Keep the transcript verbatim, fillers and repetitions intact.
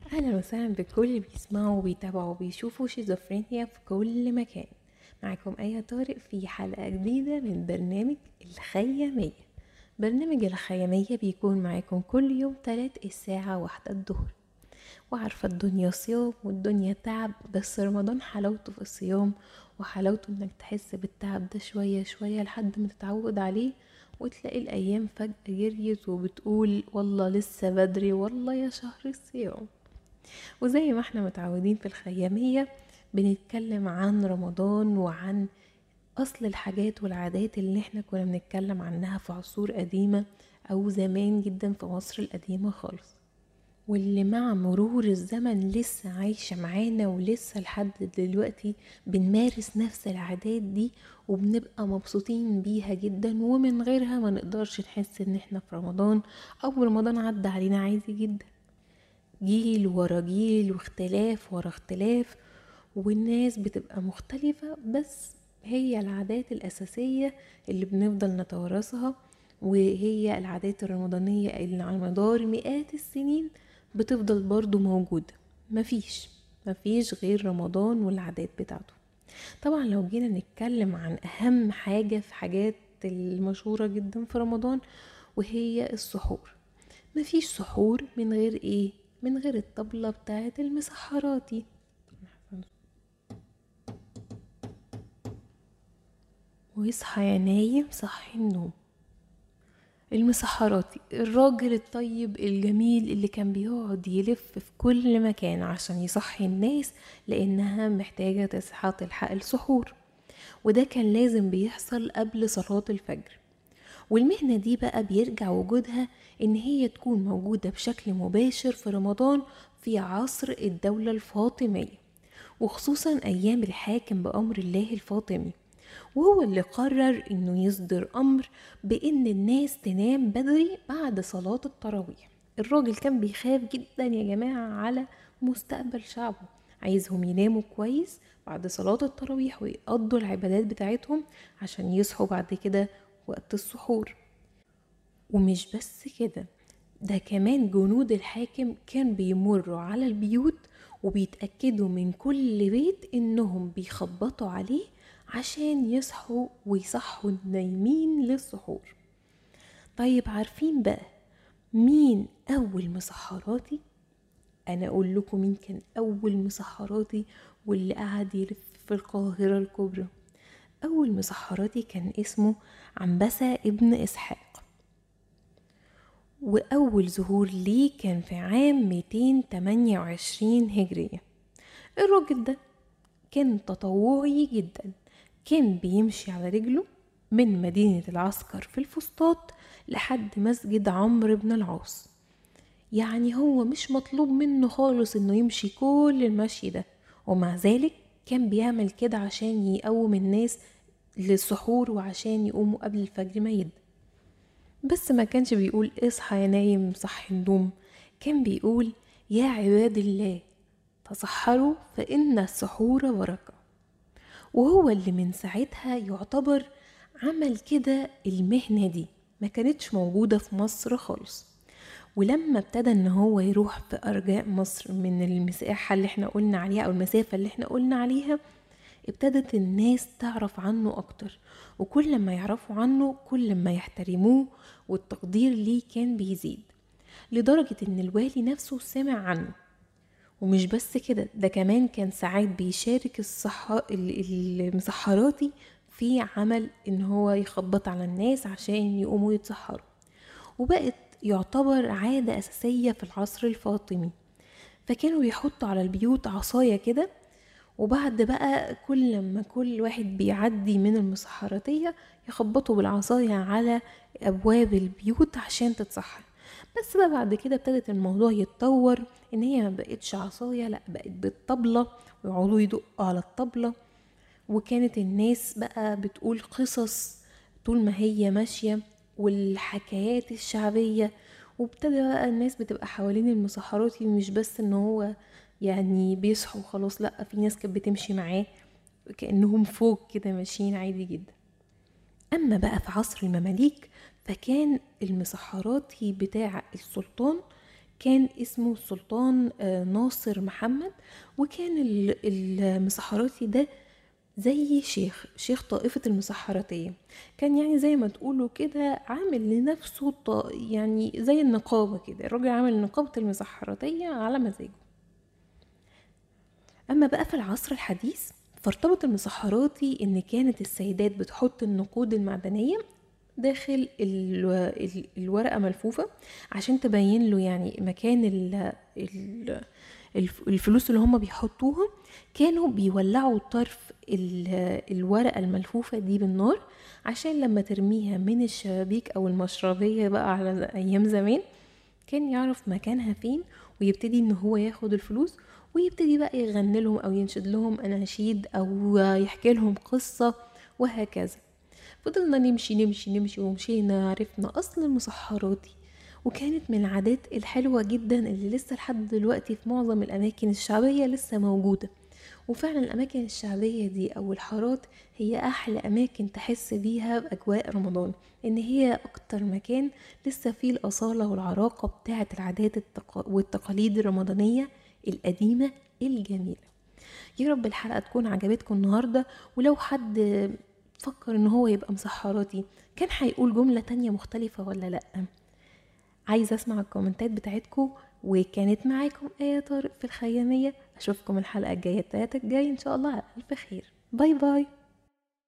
أهلا وسهلا بكل اللي بيسمعوا وبيتابعوا وبيشوفوا شيزوفرينيا في كل مكان. معكم آية طارق في حلقة جديدة من برنامج الخيامية. برنامج الخيامية بيكون معاكم كل يوم تلات الساعة واحدة الظهر. وعارفة الدنيا صيام والدنيا تعب، بس رمضان حلاوته في الصيام، وحلاوته انك تحس بالتعب ده شوية شوية لحد ما تتعود عليه، وتلاقي الأيام فجأة جريت وبتقول والله لسه بدري، والله يا شهر الصيام. وزي ما احنا متعودين في الخيامية بنتكلم عن رمضان وعن أصل الحاجات والعادات اللي احنا كنا بنتكلم عنها في عصور قديمة أو زمان جدا في مصر القديمة خالص، واللي مع مرور الزمن لسه عايشة معانا ولسه لحد دلوقتي بنمارس نفس العادات دي، وبنبقى مبسوطين بيها جدا، ومن غيرها ما نقدرش نحس ان احنا في رمضان، او رمضان عدى علينا عادي جدا. جيل ورا جيل واختلاف ورا اختلاف، والناس بتبقى مختلفة، بس هي العادات الأساسية اللي بنفضل نتوارثها، وهي العادات الرمضانية اللي على مدار مئات السنين بتفضل برضو موجودة. مفيش مفيش غير رمضان والعادات بتاعته. طبعا لو جينا نتكلم عن أهم حاجة في حاجات المشهورة جدا في رمضان، وهي السحور. مفيش سحور من غير ايه؟ من غير الطبلة بتاعت المسحراتي. ويصحى يا نايم صحي النوم. المسحراتي الراجل الطيب الجميل اللي كان بيقعد يلف في كل مكان عشان يصحي الناس، لانها محتاجة تصحى تلحق السحور، وده كان لازم بيحصل قبل صلاة الفجر. والمهنة دي بقى بيرجع وجودها ان هي تكون موجودة بشكل مباشر في رمضان في عصر الدولة الفاطمية، وخصوصا ايام الحاكم بامر الله الفاطمي، وهو اللي قرر انه يصدر امر بان الناس تنام بدري بعد صلاة التراويح. الراجل كان بيخاف جدا يا جماعة على مستقبل شعبه، عايزهم يناموا كويس بعد صلاة التراويح ويقضوا العبادات بتاعتهم عشان يصحوا بعد كده وقت السحور. ومش بس كده، ده كمان جنود الحاكم كان بيمروا على البيوت وبيتأكدوا من كل بيت انهم بيخبطوا عليه عشان يصحوا ويصحوا النايمين للسحور. طيب عارفين بقى مين اول مسحراتي؟ انا اقول لكم مين كان اول مسحراتي واللي قعد يلف في القاهرة الكبرى. اول مسحراتي كان اسمه عنبسة ابن اسحاق، وأول ظهور ليه كان في عام مئتين وثمانية وعشرين هجرية. الراجل ده كان تطوعي جدا، كان بيمشي على رجله من مدينة العسكر في الفسطاط لحد مسجد عمرو بن العاص. يعني هو مش مطلوب منه خالص انه يمشي كل المشي ده، ومع ذلك كان بيعمل كده عشان يقوم الناس للسحور وعشان يقوموا قبل الفجر ما يد. بس ما كانش بيقول اصحى يا نايم صحي النوم، كان بيقول يا عباد الله تصحروا فإن السحور بركة. وهو اللي من ساعتها يعتبر عمل كده. المهنة دي ما كانتش موجودة في مصر خالص، ولما ابتدى ان هو يروح في ارجاء مصر من المساحة اللي احنا قلنا عليها او المسافة اللي احنا قلنا عليها، ابتدت الناس تعرف عنه اكتر، وكل ما يعرفوا عنه كل ما يحترموه، والتقدير ليه كان بيزيد، لدرجة ان الوالي نفسه سمع عنه. ومش بس كده، ده كمان كان ساعات بيشارك الصحة المسحراتي في عمل ان هو يخبط على الناس عشان يقوموا يتسحروا، وبقت يعتبر عادة أساسية في العصر الفاطمي. فكانوا بيحطوا على البيوت عصاية كده، وبعد بقى كل ما كل واحد بيعدي من المسحراتية يخبطوا بالعصاية على أبواب البيوت عشان تتسحر. بس بقى بعد كده ابتدت الموضوع يتطور، ان هي ما بقتش عصاية، لا بقت بالطبلة، ويقعدوا يدقوا على الطبلة، وكانت الناس بقى بتقول قصص طول ما هي ماشية والحكايات الشعبية. وابتدى بقى الناس بتبقى حوالين المسحراتي، مش بس ان هو يعني بيصحوا خلاص، لا في ناس كانت بتمشي معاه كأنهم فوق كده ماشيين عادي جدا. اما بقى في عصر المماليك، فكان المسحراتي بتاع السلطان كان اسمه السلطان آه، ناصر محمد. وكان ال- المسحراتي ده زي شيخ شيخ طائفة المسحراتية. كان يعني زي ما تقولوا كده عامل لنفسه ط- يعني زي النقابة كده، الراجل عامل نقابة المسحراتية على مزاجه. أما بقى في العصر الحديث، فارتبط المسحراتي إن كانت السيدات بتحط النقود المعدنية داخل ال ال الورقة ملفوفة عشان تبين له يعني مكان ال ال الف- الفلوس اللي هم بيحطوها. كانوا بيولعوا طرف ال- الورقة الملفوفة دي بالنار عشان لما ترميها من الشبابيك أو المشربية بقى على أيام زمان كان يعرف مكانها فين، ويبتدي ان هو ياخد الفلوس ويبتدي بقى يغني لهم او ينشد لهم اناشيد او يحكي لهم قصة وهكذا. فضلنا نمشي نمشي نمشي ومشينا عرفنا اصل المسحراتي. وكانت من العادات الحلوة جدا اللي لسه لحد دلوقتي في معظم الاماكن الشعبية لسه موجودة. وفعلا الأماكن الشعبية دي أو الحارات هي أحلى أماكن تحس بيها بأجواء رمضان، إن هي أكتر مكان لسه فيه الأصالة والعراقة بتاعة العادات التق... والتقاليد الرمضانية القديمة الجميلة. يا رب الحلقة تكون عجبتكم النهاردة. ولو حد فكر إن هو يبقى مسحراتي كان هيقول جملة تانية مختلفة ولا لأ؟ عايزة اسمع الكومنتات بتاعتكم. وكانت معاكم آية طارق في الخيامية. اشوفكم الحلقة الجاية التلاتة الجاي ان شاء الله على الف خير. باي باي.